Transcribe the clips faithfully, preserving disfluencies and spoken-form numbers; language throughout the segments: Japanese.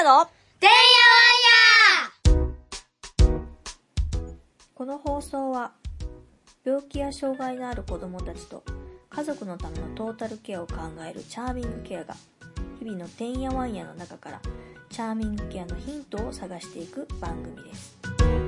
やのてんやわんや。 この放送は病気や障害のある子どもたちと家族のためのトータルケアを考えるチャーミングケアが日々のてんやわんやの中からチャーミングケアのヒントを探していく番組です。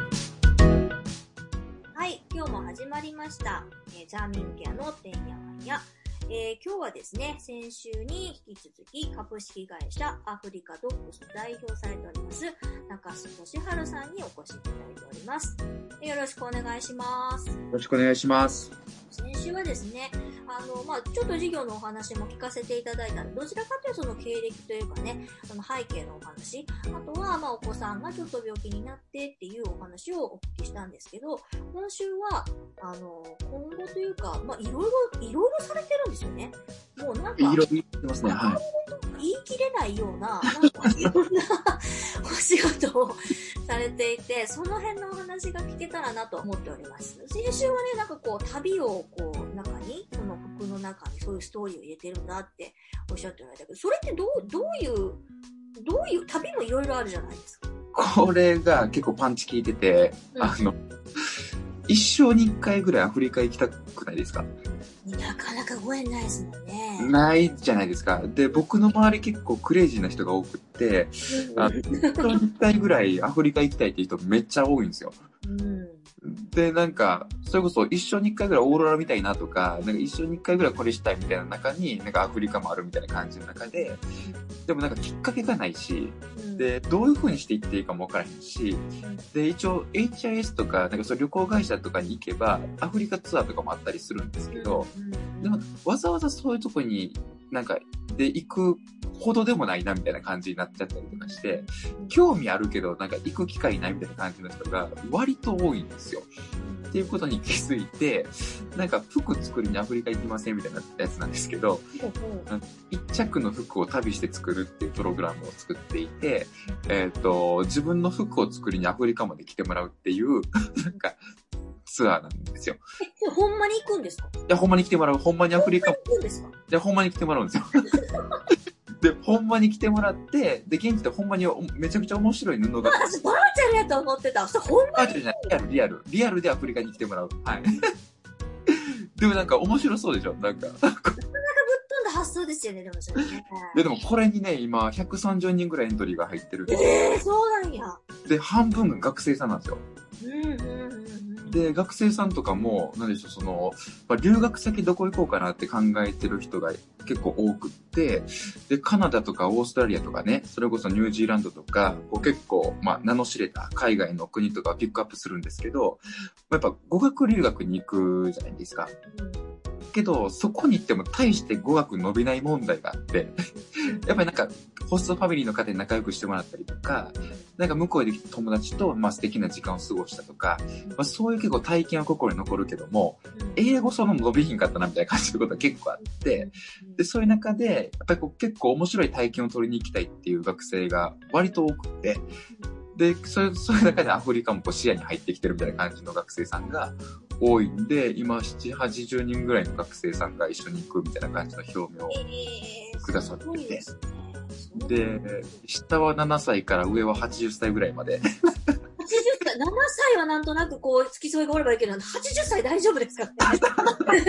はい、今日も始まりました、えー、チャーミングケアのてんやわんや。えー、今日はですね、先週に引き続き株式会社アフリカドッグス代表されております中須俊治さんにお越しいただいております。よろしくお願いします。よろしくお願いします。 先週はですね、あの、まあ、ちょっと事業のお話も聞かせていただいたので、どちらかというとその経歴というかね、その背景のお話、あとは、まあ、お子さんがちょっと病気になってっていうお話をお聞きしたんですけど、今週は、あの、今後というか、まあ、いろいろ、いろいろされてるんですよね。もうなんか、 いろいろ言ってますね、はい。 言い切れないような、なんかいろんなお仕事をされていて、その辺のお話が聞けたらなと思っております。先週はね、なんかこう、旅をこう、中に、その服の中にそういうストーリーを入れてるんだっておっしゃっておられたけど、それってどう、どういう、どういう、旅もいろいろあるじゃないですか。 これが結構パンチ効いてて、うん、あの、一生に一回ぐらいアフリカ行きたくないですか？ なかなかご縁ないですもんね。 ないじゃないですか。で、僕の周り結構クレイジーな人が多くって、あの、一生に一回ぐらいアフリカ行きたいっていう人めっちゃ多いんですよ。うんで、なんか、それこそ一生に一回ぐらいオーロラ見たいなとか、なんか一生に一回ぐらいこれしたいみたいな中に、なんかアフリカもあるみたいな感じの中で、でもなんかきっかけがないし、で、どういう風にしていっていいかもわからへんし、で、一応 エイチアイエス とか、なんかそう旅行会社とかに行けば、アフリカツアーとかもあったりするんですけど、でもわざわざそういうとこになんか、で行くほどでもないなみたいな感じになっちゃったりとかして、興味あるけどなんか行く機会ないみたいな感じの人が割と多いんですよ。っていうことに気づいて、なんか服作りにアフリカ行きませんみたいなやつなんですけど、一着の服を旅して作るっていうプログラムを作っていて、えっと、自分の服を作りにアフリカまで来てもらうっていう、なんか、ツアーなんですよ。 え、ほんまに行くんですか？ いや、ほんまに来てもらう。ほんまにアフリカ。 ほんまに行くんですか？ いや、ほんまに来てもらうんですよ。で、ほんまに来てもらって、で、現地でほんまにめちゃくちゃ面白い布が。 私、バーチャルやと思ってた。ほんまにバーチャルじゃない。リアル、リアル。リアルでアフリカに来てもらう。はい。でもなんか面白そうでしょ？なんか。なかなかぶっ飛んだ発想ですよね、でもそれね。 で、でもこれにね、今、ひゃくさんじゅうにんぐらいエントリーが入ってる。 えー、そうなんや。 で、半分が学生さんなんですよ。 うんうんうん。 で、学生さんとかも、なんでしょう、その、まあ、留学先どこ行こうかなって考えてる人が結構多くって、で、カナダとかオーストラリアとかね、それこそニュージーランドとか、こう結構、まあ、名の知れた海外の国とかをピックアップするんですけど、やっぱ語学留学に行くじゃないですか。けど、そこに行っても大して語学伸びない問題があって、やっぱりなんか、ホストファミリーの方に仲良くしてもらったりとか、なんか向こうで友達と、まあ、素敵な時間を過ごしたとか、まあ、そういう結構体験は心に残るけども、英語その伸びひんかったなみたいな感じのことが結構あって、で、そういう中で、やっぱりこう結構面白い体験を取りに行きたいっていう学生が割と多くて、で、そういう、そういう中でアフリカもこう視野に入ってきてるみたいな感じの学生さんが多いんで、今、ななじゅう、はちじゅうにんぐらいの学生さんが一緒に行くみたいな感じの表明をくださってて、で、下はななさいから上ははちじゅっさいぐらいまで。 はちじゅっさい、ななさいはなんとなくこう、付き添いがおればいいけど、はちじゅっさい大丈夫ですかって。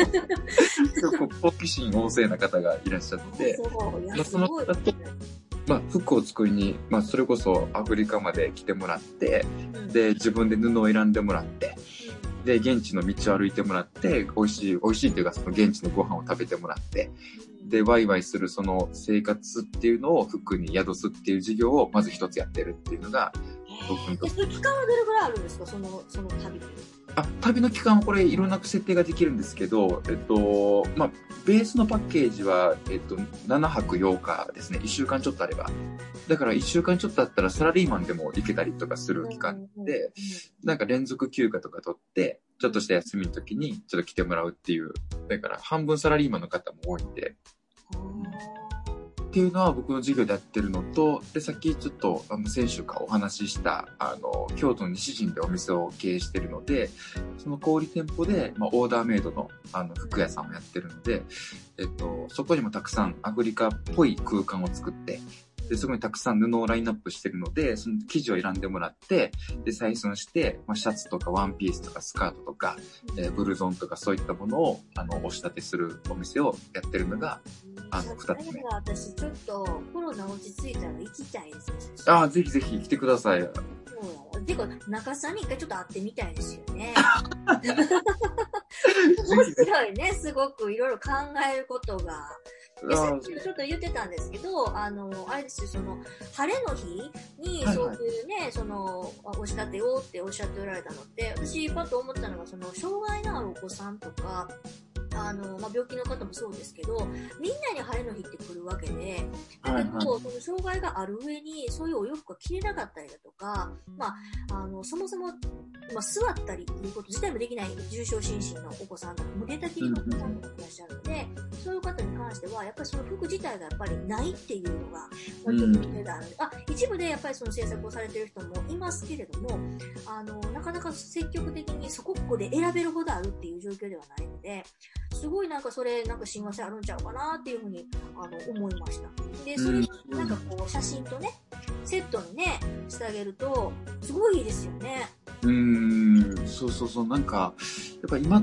結構好奇心旺盛な方がいらっしゃって、 そういやまあ、その方と、まあ、服を作りに、まあ、それこそアフリカまで来てもらって、うん、で、自分で布を選んでもらって、うん、で、現地の道を歩いてもらって、美味しい、美味しいというか、その現地のご飯を食べてもらって、で、ワイワイするその生活っていうのを服に宿すっていう事業をまず一つやってるっていうのが、 僕のと。それ期間はどれぐらいあるんですか？その、その旅って。 あ、旅の期間はこれいろんな設定ができるんですけど、えっと、まあ、ベースのパッケージは、えっと、ななはくようかですね。いっしゅうかんちょっとあれば。だからいっしゅうかんちょっとあったらサラリーマンでも行けたりとかする期間で、なんか連続休暇とか取って、ちょっとした休みの時にちょっと来てもらうっていう。だから半分サラリーマンの方も多いんで。っていうのは僕の授業でやってるのと、で、さっきちょっと、あの、先週からお話しした、あの、京都の西陣でお店を経営してるので、その小売店舗で、まあ、オーダーメイドの、あの、服屋さんをやってるので、えっと、そこにもたくさんアフリカっぽい空間を作って、 で、そこにたくさん布をラインナップしてるので、その生地を選んでもらって、で、採寸して、まあ、シャツとかワンピースとかスカートとか、えー、ブルゾンとかそういったものを、あの、押し立てするお店をやってるのが、あの、二つ目。 私ちょっとコロナ落ち着いたら行きたいです。 ああ、ぜひぜひ来てください。 そうてか、中さんに一回ちょっと会ってみたいですよね。面白いね、すごくいろいろ考えることが。でさっきちょっと言ってたんですけど、あの、あれですよ、その、晴れの日に、そういうね、はいはい、その、押し立てようっておっしゃっておられたのって、私、パッと思ったのが、その、障害のあるお子さんとか、あの、まあ、病気の方もそうですけど、みんなに晴れの日って来るわけで、だけど、はいはい、その障害がある上に、そういうお洋服が着れなかったりだとか、まあ、あの、そもそも、まあ、座ったりっていうこと自体もできない重症心身のお子さんとか、寝たきりのお子さんとかいらっしゃるので、そういう方に関しては、やっぱりその服自体がやっぱりないっていうのが、まあ、ちょっと手があるので、あ、一部でやっぱりその制作をされてる人もいますけれども、あの、なかなか積極的にそここで選べるほどあるっていう状況ではないので、すごいなんかそれ、なんか親和性あるんちゃうかなっていうふうに、あの、思いました。で、それ、なんかこう、写真とね、セットにね、してあげると、すごいいいですよね。 うーん、そうそうそう、なんか、やっぱ今って、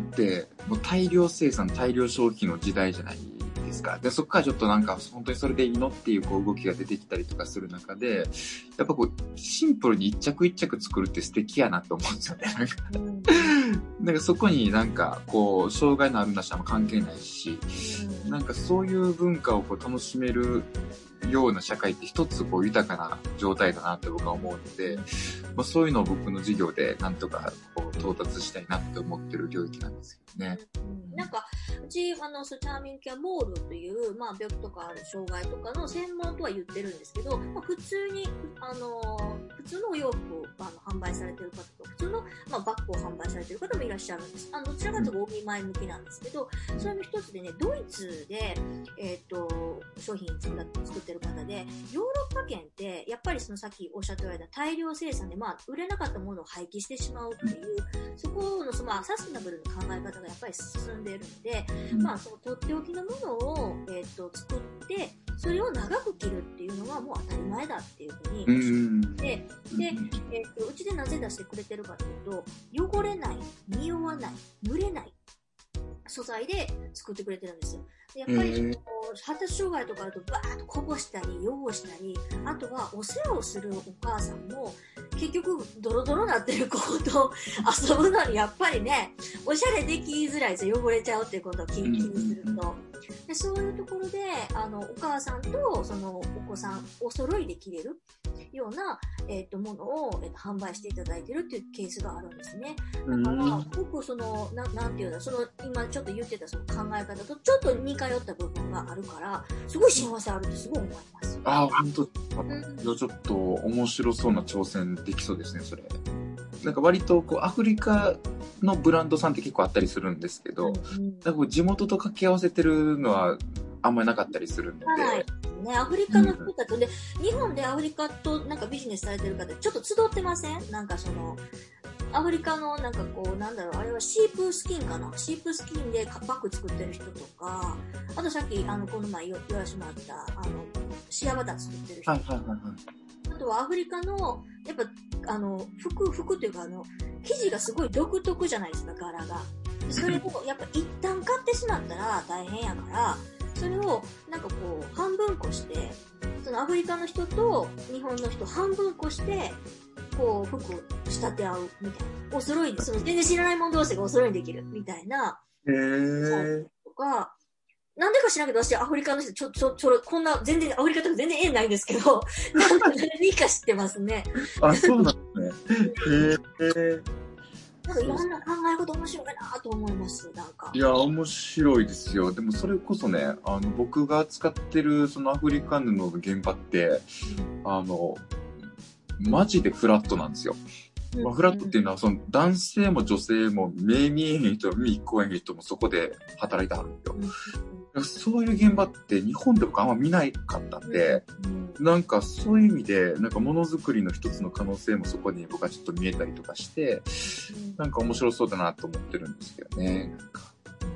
もう大量生産、大量消費の時代じゃないですか。で、そこからちょっとなんか、本当にそれでいいのっていうこう動きが出てきたりとかする中で、やっぱこう、シンプルに一着一着作るって素敵やなって思うんですよね。なんか、なんかそこになんか、こう、障害のあるなしは関係ないし、なんかそういう文化をこう楽しめるような社会って一つこう豊かな状態だなって僕は思うので、まあ、そういうのを僕の授業でなんとかこう到達したいなって思ってる領域なんですけどね。 うん、なんかうちあのチャーミングケアモールという、まあ、病気とかある障害とかの専門とは言ってるんですけど、まあ、普通にあの普通のお洋服をあの販売されてる方と普通の、まあ、バッグを販売されてる方もいらっしゃるんです。あのどちらかというとお見舞い向きなんですけど、それの一つでね、ドイツで、えっと商品作ってる方で、ヨーロッパ圏ってやっぱりそのさっきおっしゃっておられた大量生産で、まあ、売れなかったものを廃棄してしまうっていう、そこのその、まあ、サステナブルな考え方がやっぱり進んでいるので、まあ、そのとっておきのものを、えー、と作ってそれを長く着るっていうのはもう当たり前だっていうふうにおっしゃってで、えー、とうちでなぜ出してくれてるかというと、汚れない、匂わない、蒸れない素材で作ってくれてるんですよ。やっぱり、えー、発達障害とかあるとバーッとこぼしたり汚したり、あとはお世話をするお母さんも結局ドロドロなってる子と遊ぶのにやっぱりね、おしゃれできづらいですよ。汚れちゃうっていうことを気にすると。でそういうところであのお母さんとそのお子さんお揃いで着れるような、えー、とものを、えー、と販売していただいているっていうケースがあるんですね。だからすごくその な, なんていうのその今ちょっと言ってたその考え方とちょっと似通った部分があるからすごい幸せあるってすごい思います。 ああ本当、うん、ちょっと面白そうな挑戦できそうですねそれ。なんか割とこうアフリカのブランドさんって結構あったりするんですけど、うんうん、なんか地元と掛け合わせてるのはあんまりなかったりするので、はいね、アフリカの人たちで、うん、日本でアフリカとなんかビジネスされてる方ちょっと集ってません？なんかそのアフリカのなんかこうなんだろうあれはシープスキンかなシープスキンでバッグ作ってる人とか、あとさっきあのこの前言わせてもらったあのシアバター作ってる人とか、はいはいはいはい、あとはアフリカのやっぱあの服服というかあの生地がすごい独特じゃないですか柄が。それをやっぱ一旦買ってしまったら大変やからそれをなんかこう半分こしてそのアフリカの人と日本の人半分こしてこう服を仕立て合うみたいなお揃いでその全然知らない者同士がお揃いにできるみたいなへーとか。なんでか知らんけど、私、アフリカの人、ちょ、ちょ、ちょ、こんな、全然、アフリカとか全然縁ないんですけど、なんか何か知ってますね。 あ、そうなんですね。へえ。 なんかいろんな考え方面白いなと思います、なんか。 いや、面白いですよ。でもそれこそね、あの、僕が使ってる、そのアフリカ布の現場って、うん、あの、マジでフラットなんですよ。まあ、フラットっていうのはその男性も女性も目見えへん人耳聞こえへん人もそこで働いてはるんですよ、うん、そういう現場って日本で僕あんま見ないかったんで、うん、なんかそういう意味でなんかものづくりの一つの可能性もそこに僕はちょっと見えたりとかして、うん、なんか面白そうだなと思ってるんですけどね。なんかね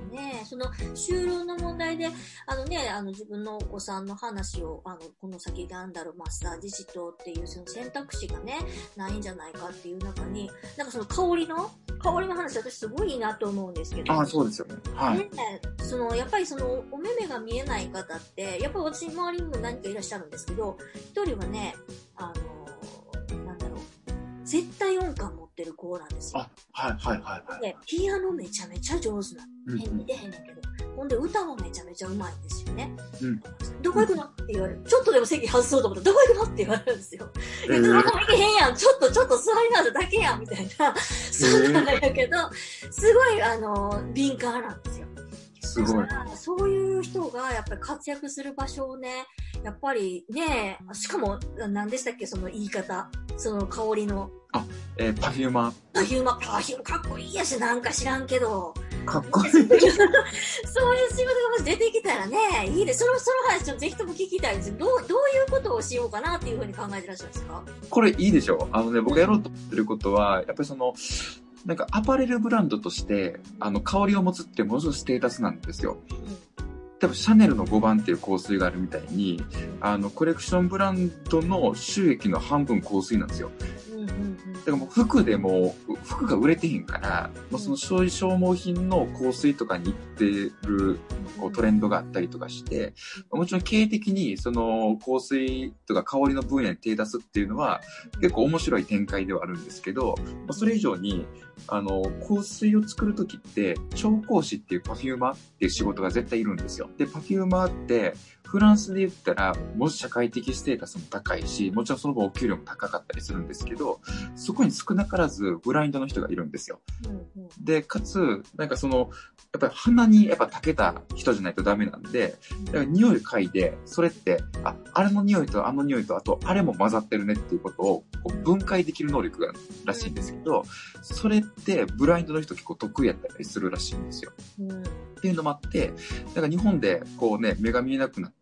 その就労の問題で、あのね、あの自分のお子さんの話を、あの、この先なんだろう、マッサージ師とっていうその選択肢がね、ないんじゃないかっていう中に、なんかその香りの、香りの話私すごいいいなと思うんですけど。 ああ、そうですよね。はい。 ね、その、やっぱりその、お目目が見えない方って、やっぱり私周りにも何かいらっしゃるんですけど、一人はね、あの、なんだろう、絶対音感持ってる子なんですよ。 あ、はいはいはいはい。 で、ピアノめちゃめちゃ上手なの。 うん変に出へんねんけど。ほんで、歌もめちゃめちゃうまいんですよね。 うん。 どこ行くのって言われる。ちょっとでも席外そうと思ったら、どこ行くのって言われるんですよ。 えー、 え、どこも行けへんやん。ちょっと、ちょっと座りなさだけやん。みたいな。そうなんだけど、すごい、あの、敏感なんですよ。 すごい。 そういう人がやっぱり活躍する場所をね、やっぱりね、しかも、何でしたっけ、その言い方。その香りの。 あ、えー、パフューマー。 パフューマー、パフュームかっこいいやし、なんか知らんけど。 かっこいい。そういう仕事がもし出てきたらね、いいです。その、その話ちょっとぜひとも聞きたいです。どう、どういうことをしようかなっていうふうに考えてらっしゃるんですか？これいいでしょう。あのね、僕がやろうと思ってることは、やっぱりその、なんかアパレルブランドとして、あの、香りを持つってものすごいステータスなんですよ。多分シャネルのごばんっていう香水があるみたいに、あの、コレクションブランドの収益の半分香水なんですよ。だからもう服でも、服が売れてへんから、もうそのそういう消耗品の香水とかに行ってるこうトレンドがあったりとかして、もちろん経営的にその香水とか香りの分野に手出すっていうのは結構面白い展開ではあるんですけど、それ以上に、あの、香水を作るときって、調香師っていうパフューマーっていう仕事が絶対いるんですよ。で、パフューマーって、フランスで言ったら、もし社会的ステータスも高いし、もちろんその分お給料も高かったりするんですけど、そこに少なからずブラインドの人がいるんですよ。うんうん、で、かつ、なんかその、やっぱり鼻にやっぱ長けた人じゃないとダメなんで、だから匂い嗅いで、それって、あ、あれの匂いとあの匂いと、あと、あれも混ざってるねっていうことをこう分解できる能力がらしいんですけど、それってブラインドの人結構得意やったりするらしいんですよ。うん、っていうのもあって、だから日本でこうね、目が見えなくなって、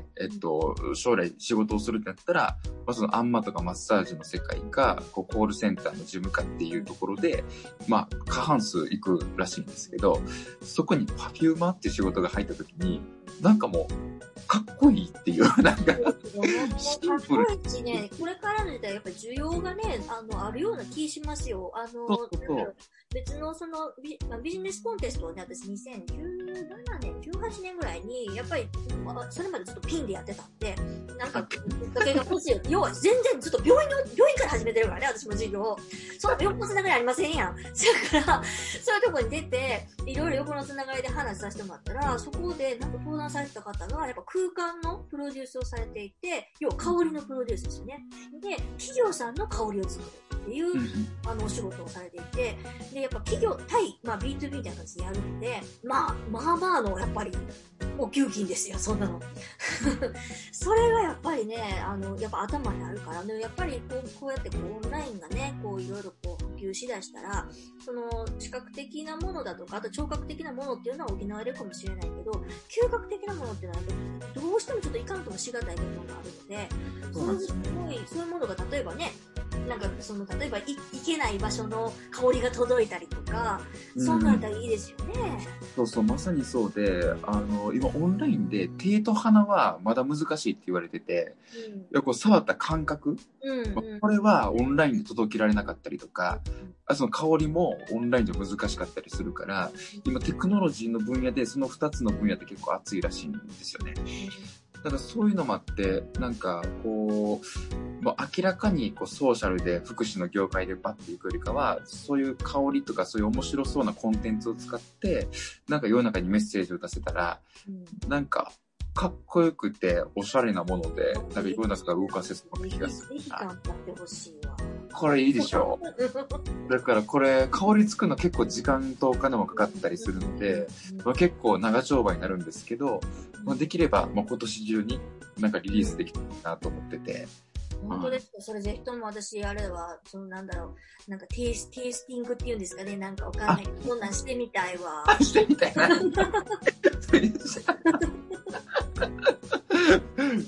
えっと、将来仕事をするってなったら、まあ、そのアンマとかマッサージの世界か、こうコールセンターの事務かっていうところで、まあ、過半数行くらしいんですけど、そこにパフューマーっていう仕事が入った時に、なんかもう、かっこいいっていう、なんか、 シンプル。かっこいいしね、これからの時代やっぱり需要がね、あの、あるような気しますよ。あの、そうそうそう別のそのビ、ビジネスコンテストをね、私にせんじゅうななねん、じゅうはちねんぐらいに、やっぱり、それまでずっとピンでやってたんで、なんか、きっかけが欲しい。要は全然ずっと病院の、病院から始めてるからね、私も授業。その横のつながりありませんやん。そやから、そういうとこに出て、いろいろ横のつながりで話させてもらったら、そこでなんか登壇されてた方が、やっぱ空間のプロデュースをされていて、要は香りのプロデュースですよね。で、企業さんの香りを作る。っていう、うん、あの、お仕事をされていて、で、やっぱ企業対、まあ ビーツービー みたいな感じでやるんで、まあ、まあまあの、やっぱり、お給金ですよ、そんなの。それがやっぱりね、あの、やっぱ頭にあるから、ね、やっぱりこう、こうやってこう、オンラインがね、こう、いろいろこう、普及しだしたら、その、視覚的なものだとか、あと聴覚的なものっていうのは補えるかもしれないけど、嗅覚的なものっていうのは、どうしてもちょっといかんともしがたい部分があるので、そういうすごい、そういうものが例えばね、なんかその例えばい行けない場所の香りが届いたりとか、そんなんだったらいいですよね、 うん。そうそう、まさにそうで、あの、今オンラインで手と鼻はまだ難しいって言われてて、うん、いやこう触った感覚、うんうん、これはオンラインで届けられなかったりとか、うん、その香りもオンラインで難しかったりするから、今テクノロジーの分野でそのふたつの分野って結構熱いらしいんですよね。だからそういうのもあって、なんかこう、もう明らかにこうソーシャルで福祉の業界でバッていくよりかは、そういう香りとかそういう面白そうなコンテンツを使って、なんか世の中にメッセージを出せたら、うん、なんかかっこよくておしゃれなもので、なんか世の中が動かせそうな気がする。 ぜひ頑張ってほしいわ。 これいいでしょう。だからこれ香り作るの結構時間とお金もかかったりするので、まあ、結構長丁場になるんですけど、まあ、できればまあ今年中になんかリリースできたらなと思ってて。 本当ですか？それぜひとも私、あれは、そのなんだろう、なんかテイス、テイスティングっていうんですかね、なんかわかんない。こんなんしてみたいわ。 してみたいな。 ね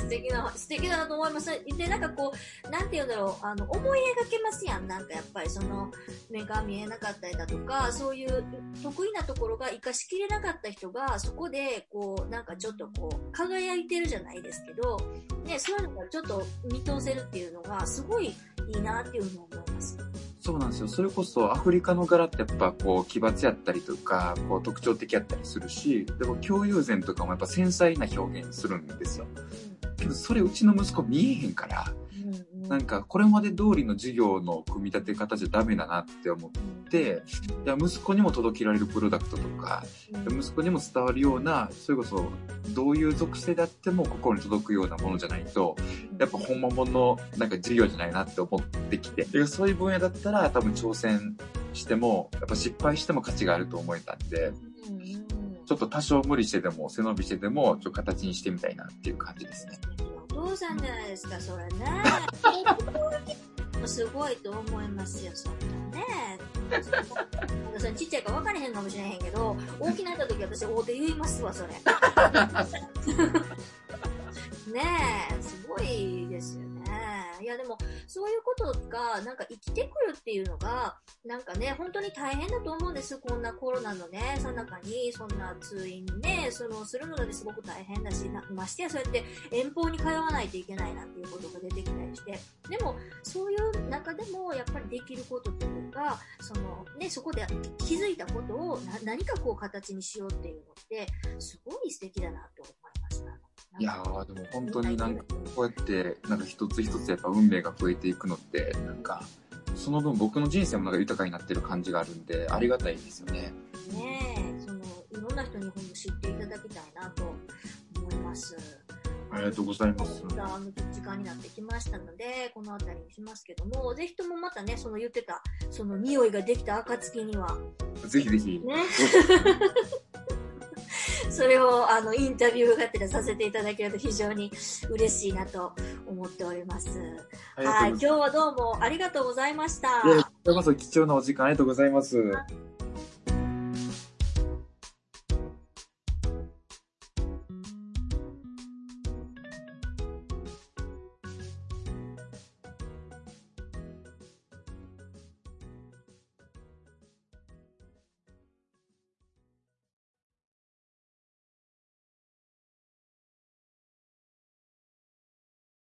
敵な、素敵だなと思います。で、なんかこう、なんて言うんだろう、あの、思い描けますやん。なんかやっぱりその、目が見えなかったりだとか、そういう得意なところが活かしきれなかった人が、そこで、こう、なんかちょっとこう、輝いてるじゃないですけど、ね、そういうのがちょっと見通せるっていうのが、すごいいいなっていうのを思います。 そうなんですよ。それこそアフリカの柄ってやっぱこう奇抜やったりとか、こう特徴的やったりするし、でも共有禅とかもやっぱ繊細な表現するんですよ。けどそれうちの息子見えへんから、うんうん、なんかこれまで通りの授業の組み立て方じゃダメだなって思って、いや息子にも届けられるプロダクトとか、息子にも伝わるような、それこそどういう属性であっても心に届くようなものじゃないと、やっぱ本物のなんか授業じゃないなって思ってきて、でそういう分野だったら多分挑戦しても、やっぱ失敗しても価値があると思えたんで、ちょっと多少無理してでも背伸びしてでもちょっと形にしてみたいなっていう感じですね。 お父さんじゃないですか、それね。すごいと思いますよ、そんなね。私ちっちゃいから分からへんかもしれへんけど、大きなった時私大手言いますわ、それ。ねえ、すごいですよね。いやでも、そういうことが、なんか生きてくるっていうのが、なんかね、本当に大変だと思うんです。こんなコロナのね、さなかに、そんな通院ね、その、するのですごく大変だし、ましてやそうやって遠方に通わないといけないなっていうことが出てきたりして、でも、そういう中でも、やっぱりできることというか、その、ね、そこで気づいたことをな何かこう形にしようっていうのって、すごい素敵だなと思いました。 いやーでも本当になんかこうやってなんか一つ一つやっぱ運命が増えていくのってなんかその分僕の人生もなんか豊かになってる感じがあるんでありがたいですよね。 ねえ、そのいろんな人に本当知っていただきたいなと思います。 ありがとうございます。 あの時間になってきましたのでこのあたりにしますけども、ぜひともまたねその言ってたその匂いができた暁にはぜひぜひね。それをあのインタビューがてらさせていただけると非常に嬉しいなと思っております。はい、今日はどうもありがとうございました。 いや、こちらこそ貴重なお時間ありがとうございます。